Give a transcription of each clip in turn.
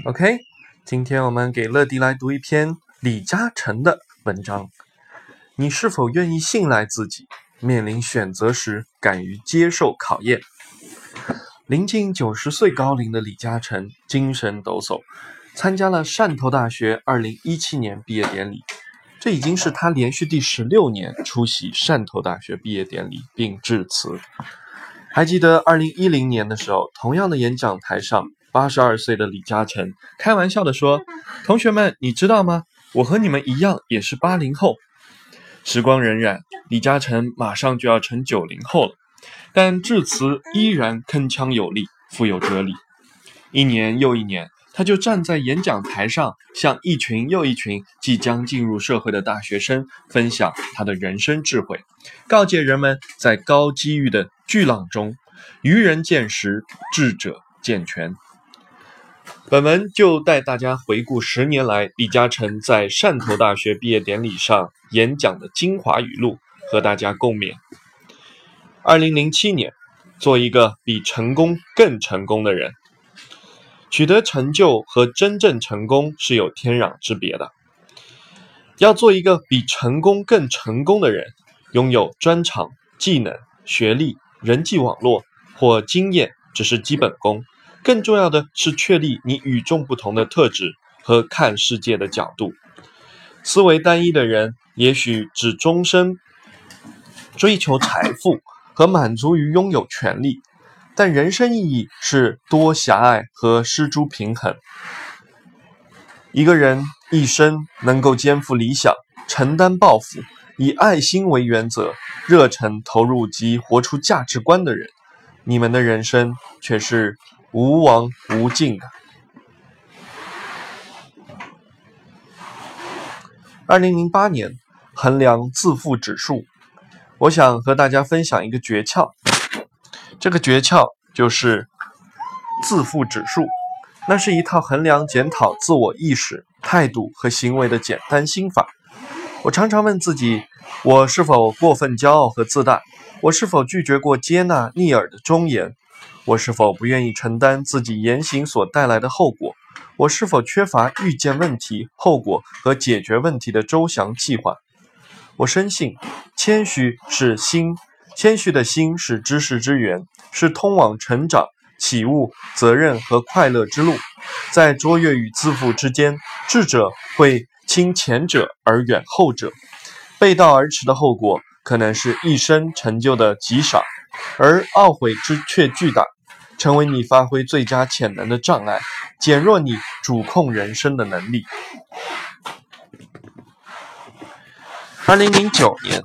OK， 今天我们给乐迪来读一篇李嘉诚的文章。你是否愿意信赖自己，面临选择时敢于接受考验？临近90岁高龄的李嘉诚精神抖擞，参加了汕头大学2017年毕业典礼。这已经是他连续第16年出席汕头大学毕业典礼并致辞。还记得2010年的时候，同样的演讲台上，82岁的李嘉诚开玩笑地说：“同学们，你知道吗？我和你们一样也是80后。”时光荏苒，李嘉诚马上就要成90后了，但致辞依然铿锵有力，富有哲理。一年又一年，他就站在演讲台上，向一群又一群即将进入社会的大学生分享他的人生智慧，告诫人们在高机遇的巨浪中，愚人见时，智者见权。本文就带大家回顾10年来李嘉诚在汕头大学毕业典礼上演讲的精华语录，和大家共勉。2007年，做一个比成功更成功的人。取得成就和真正成功是有天壤之别的。要做一个比成功更成功的人，拥有专长、技能、学历、人际网络或经验只是基本功，更重要的是确立你与众不同的特质和看世界的角度。思维单一的人也许只终身追求财富和满足于拥有权利，但人生意义是多狭隘和失诸平衡。一个人一生能够肩负理想，承担抱负，以爱心为原则，热忱投入及活出价值观的人，你们的人生却是无亡无尽的。2008年，衡量自负指数，我想和大家分享一个诀窍。这个诀窍就是自负指数，那是一套衡量检讨自我意识、态度和行为的简单心法。我常常问自己，我是否过分骄傲和自大？我是否拒绝过接纳逆耳的忠言？我是否不愿意承担自己言行所带来的后果？我是否缺乏预见问题、后果和解决问题的周详计划？我深信，谦虚的心是知识之源，是通往成长、启悟、责任和快乐之路。在卓越与自负之间，智者会轻前者而远后者。背道而驰的后果可能是一生成就的极少，而懊悔之却巨大，成为你发挥最佳潜能的障碍，减弱你主控人生的能力。2009年，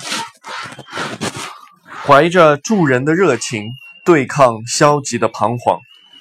怀着助人的热情，对抗消极的彷徨。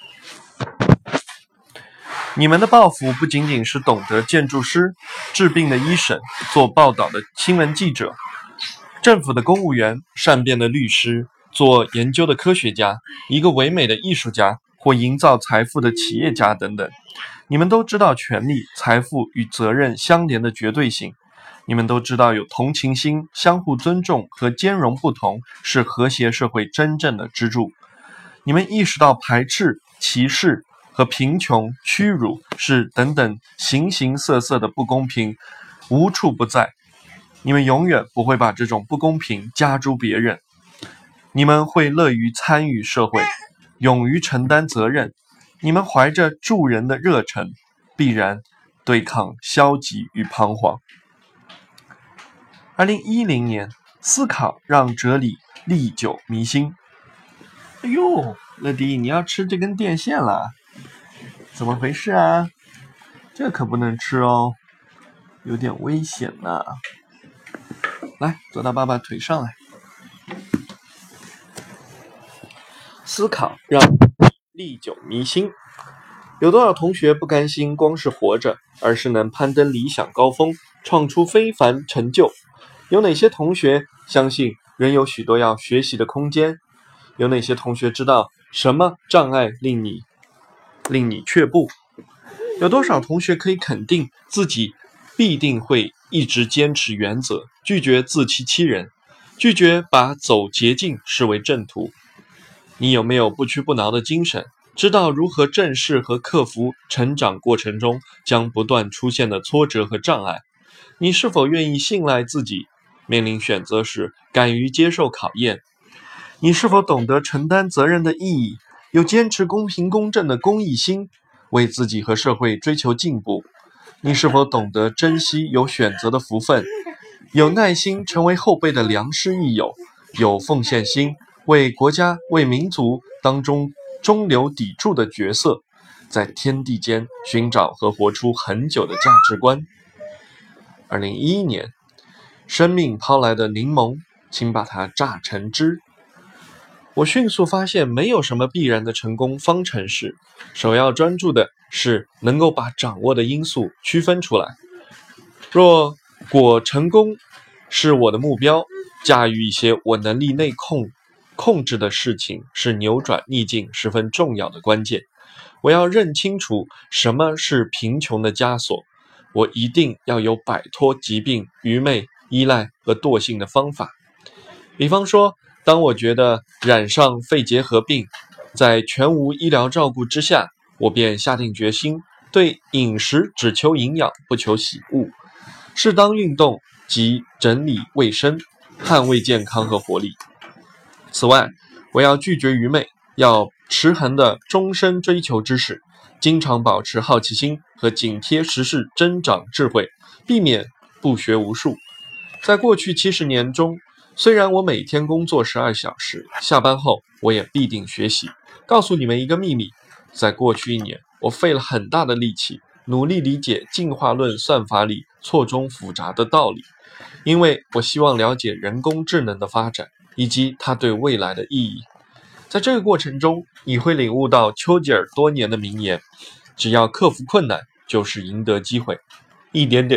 你们的抱负不仅仅是懂得建筑师、治病的医生、做报道的新闻记者、政府的公务员、善变的律师、做研究的科学家、一个唯美的艺术家或营造财富的企业家等等。你们都知道权力、财富与责任相连的绝对性。你们都知道有同情心、相互尊重和兼容不同是和谐社会真正的支柱。你们意识到排斥、歧视和贫穷、屈辱是等等形形色色的不公平无处不在。你们永远不会把这种不公平加诸别人。你们会乐于参与社会，勇于承担责任。你们怀着助人的热忱，必然对抗消极与彷徨。2010年，思考让哲理历久弥新。哎呦，乐迪，你要吃这根电线了？怎么回事啊？这可不能吃哦，有点危险呢。来，坐到爸爸腿上来。思考让历久弥新。有多少同学不甘心光是活着，而是能攀登理想高峰，创出非凡成就？有哪些同学相信仍有许多要学习的空间？有哪些同学知道什么障碍令你却步？有多少同学可以肯定自己必定会一直坚持原则，拒绝自欺欺人，拒绝把走捷径视为正途？你有没有不屈不挠的精神？ 知道如何正视和克服成长过程中将不断出现的挫折和障碍。你是否愿意信赖自己，面临选择时敢于接受考验？你是否懂得承担责任的意义，有坚持公平公正的公益心，为自己和社会追求进步？你是否懂得珍惜有选择的福分，有耐心成为后辈的良师益友，有奉献心，为国家为民族当中中流砥柱的角色，在天地间寻找和活出很久的价值观？2011年，生命抛来的柠檬，请把它榨成汁。我迅速发现没有什么必然的成功方程式，首要专注的是能够把掌握的因素区分出来。若果成功是我的目标，驾驭一些我能力内控制的事情是扭转逆境十分重要的关键。我要认清楚什么是贫穷的枷锁，我一定要有摆脱疾病、愚昧、依赖和惰性的方法。比方说，当我觉得染上肺结核病，在全无医疗照顾之下，我便下定决心对饮食只求营养，不求喜恶，适当运动及整理卫生，捍卫健康和活力。此外，我要拒绝愚昧，要持恒的终身追求知识，经常保持好奇心和紧贴时事，增长智慧，避免不学无术。在过去70年中，虽然我每天工作12小时，下班后我也必定学习。告诉你们一个秘密，在过去1年，我费了很大的力气，努力理解进化论算法里错综复杂的道理，因为我希望了解人工智能的发展以及它对未来的意义。在这个过程中，你会领悟到丘吉尔多年的名言：只要克服困难，就是赢得机会。一点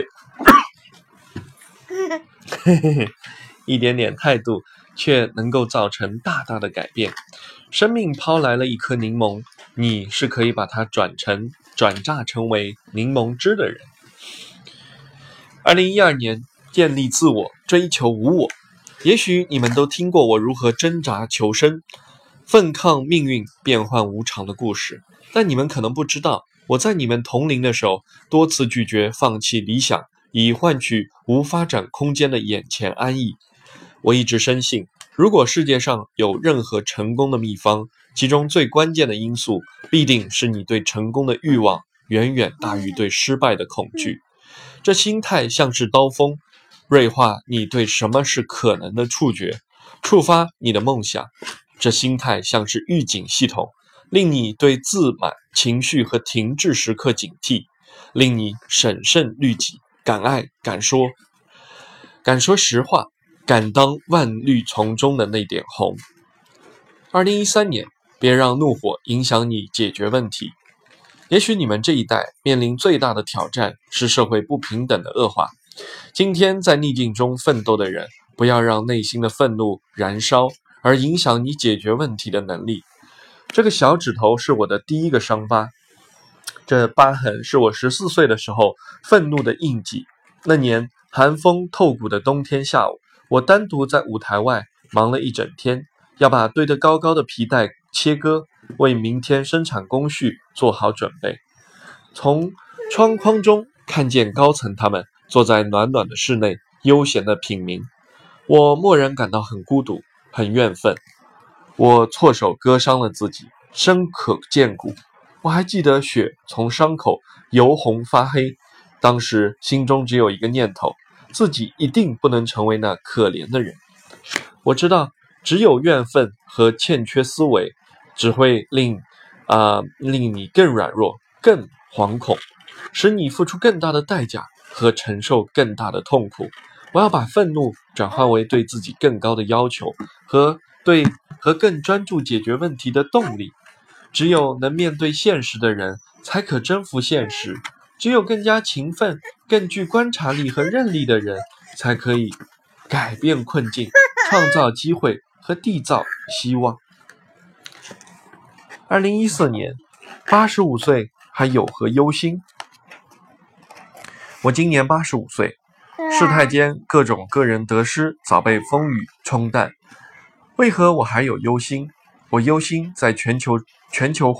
点态度却能够造成大大的改变。生命抛来了一颗柠檬，你是可以把它转榨成为柠檬汁的人。2012年，建立自我，追求无我。也许你们都听过我如何挣扎求生，奋抗命运变幻无常的故事，但你们可能不知道，我在你们同龄的时候，多次拒绝放弃理想，以换取无发展空间的眼前安逸。我一直深信，如果世界上有任何成功的秘方，其中最关键的因素必定是你对成功的欲望远远大于对失败的恐惧。这心态像是刀锋，锐化你对什么是可能的触觉，触发你的梦想。这心态像是预警系统，令你对自满情绪和停滞时刻警惕，令你审慎律己，敢爱敢说实话，敢当万绿丛中的那点红。2013年，别让怒火影响你解决问题。也许你们这一代面临最大的挑战是社会不平等的恶化。今天在逆境中奋斗的人，不要让内心的愤怒燃烧，而影响你解决问题的能力。这个小指头是我的第一个伤疤，这疤痕是我14岁的时候愤怒的印记。那年寒风透骨的冬天下午，我单独在舞台外忙了一整天，要把堆得高高的皮带切割，为明天生产工序做好准备。从窗框中看见高层他们坐在暖暖的室内，悠闲地品茗。我蓦然感到很孤独，很怨愤。我错手割伤了自己，深可见骨。我还记得血从伤口由红发黑，当时心中只有一个念头，自己一定不能成为那可怜的人。我知道，只有怨愤和欠缺思维，只会令你更软弱、更惶恐，使你付出更大的代价和承受更大的痛苦。我要把愤怒转换为对自己更高的要求和更专注解决问题的动力。只有能面对现实的人，才可征服现实。只有更加勤奋、更具观察力和韧力的人，才可以改变困境，创造机会和缔造希望。2014年，85岁还有何忧心？我今年85岁，世态间各种个人得失早被风雨冲淡。为何我还有忧心？我忧心在全球化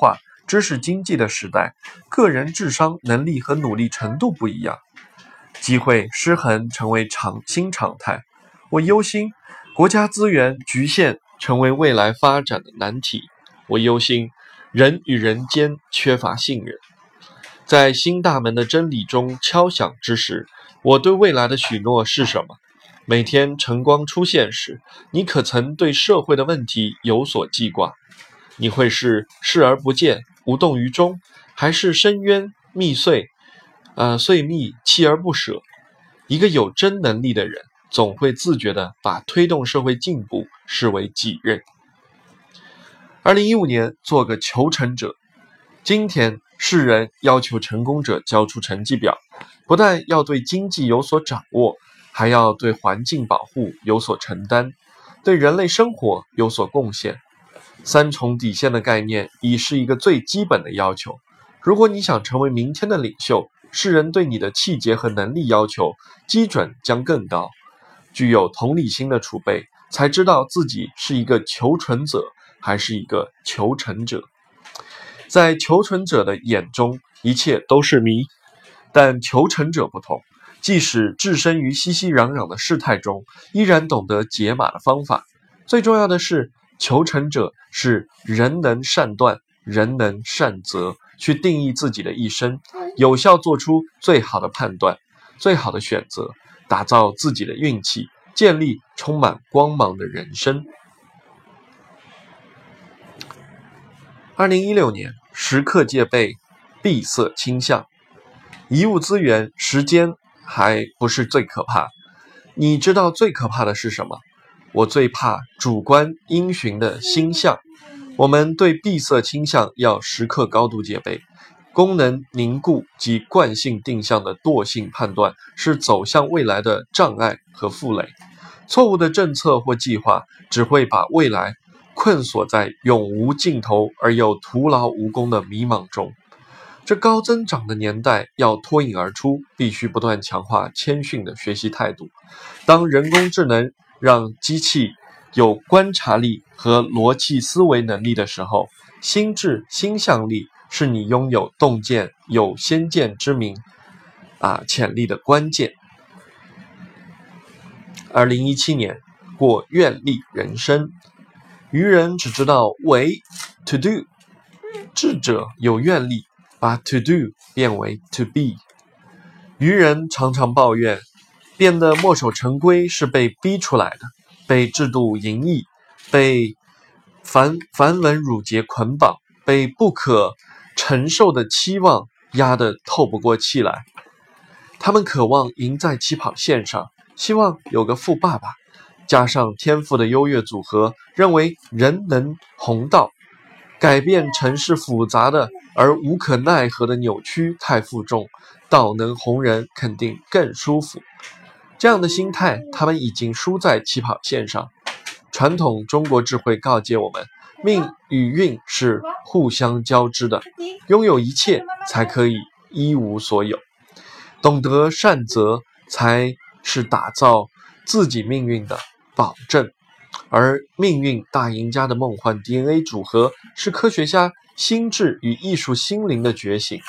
知识经济的时代，个人智商、能力和努力程度不一样，机会失衡成为新常态。我忧心国家资源局限成为未来发展的难题。我忧心人与人间缺乏信任。在新大门的真理中敲响之时，我对未来的许诺是什么？每天晨光出现时，你可曾对社会的问题有所记挂？你会是视而不见，无动于衷，还是深渊遂密，锲而不舍？一个有真能力的人，总会自觉地把推动社会进步视为己任。2015年，做个求成者。今天，世人要求成功者交出成绩表，不但要对经济有所掌握，还要对环境保护有所承担，对人类生活有所贡献。三重底线的概念已是一个最基本的要求。如果你想成为明天的领袖，世人对你的气节和能力要求基准将更高。具有同理心的储备，才知道自己是一个求存者还是一个求成者。在求存者的眼中，一切都是谜，但求成者不同，即使置身于熙熙攘攘的事态中，依然懂得解码的方法。最重要的是，求成者是人能善断，人能善择，去定义自己的一生，有效做出最好的判断，最好的选择，打造自己的运气，建立充满光芒的人生。2016年，时刻戒备闭塞倾向。遗物资源、时间还不是最可怕。你知道最可怕的是什么？我最怕主观因循的星象。我们对闭塞倾向要时刻高度戒备。功能凝固及惯性定向的惰性判断是走向未来的障碍和负累。错误的政策或计划只会把未来困锁在永无尽头而又徒劳无功的迷茫中。这高增长的年代要脱颖而出，必须不断强化谦逊的学习态度。当人工智能让机器有观察力和逻辑思维能力的时候，心智、心向力是你拥有洞见、有先见之明潜力的关键。2017年，过愿力人生。愚人只知道为 to do， 智者有愿力，把 to do 变为 to be。 愚人常常抱怨，变得墨守成规是被逼出来的，被制度淫役，被繁文缛节捆绑，被不可承受的期望压得透不过气来。他们渴望赢在起跑线上，希望有个富爸爸，加上天赋的优越组合，认为人能弘道。改变城市复杂的而无可奈何的扭曲太负重，道能弘人肯定更舒服。这样的心态，他们已经输在起跑线上。传统中国智慧告诫我们，命与运是互相交织的，拥有一切才可以一无所有。懂得善择，才是打造自己命运的保证。而命运大赢家的梦幻 DNA 组合，是科学家心智与艺术心灵的觉醒，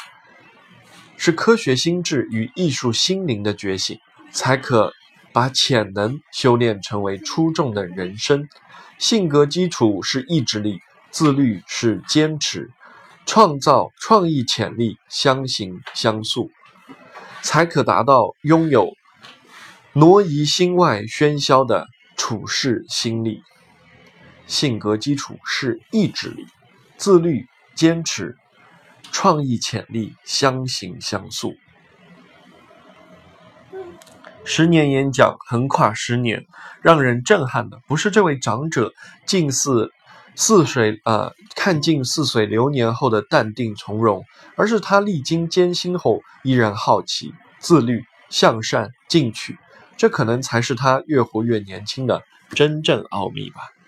才可把潜能修炼成为出众的人生。性格基础是意志力，自律是坚持，创意潜力相形相塑，才可达到拥有挪移心外喧嚣的处世心力。性格基础是意志力，自律、坚持、创意潜力相形相塑。10年演讲横跨10年，让人震撼的不是这位长者看尽似水流年后的淡定从容，而是他历经艰辛后依然好奇、自律、向善、进取。这可能才是他越活越年轻的真正奥秘吧。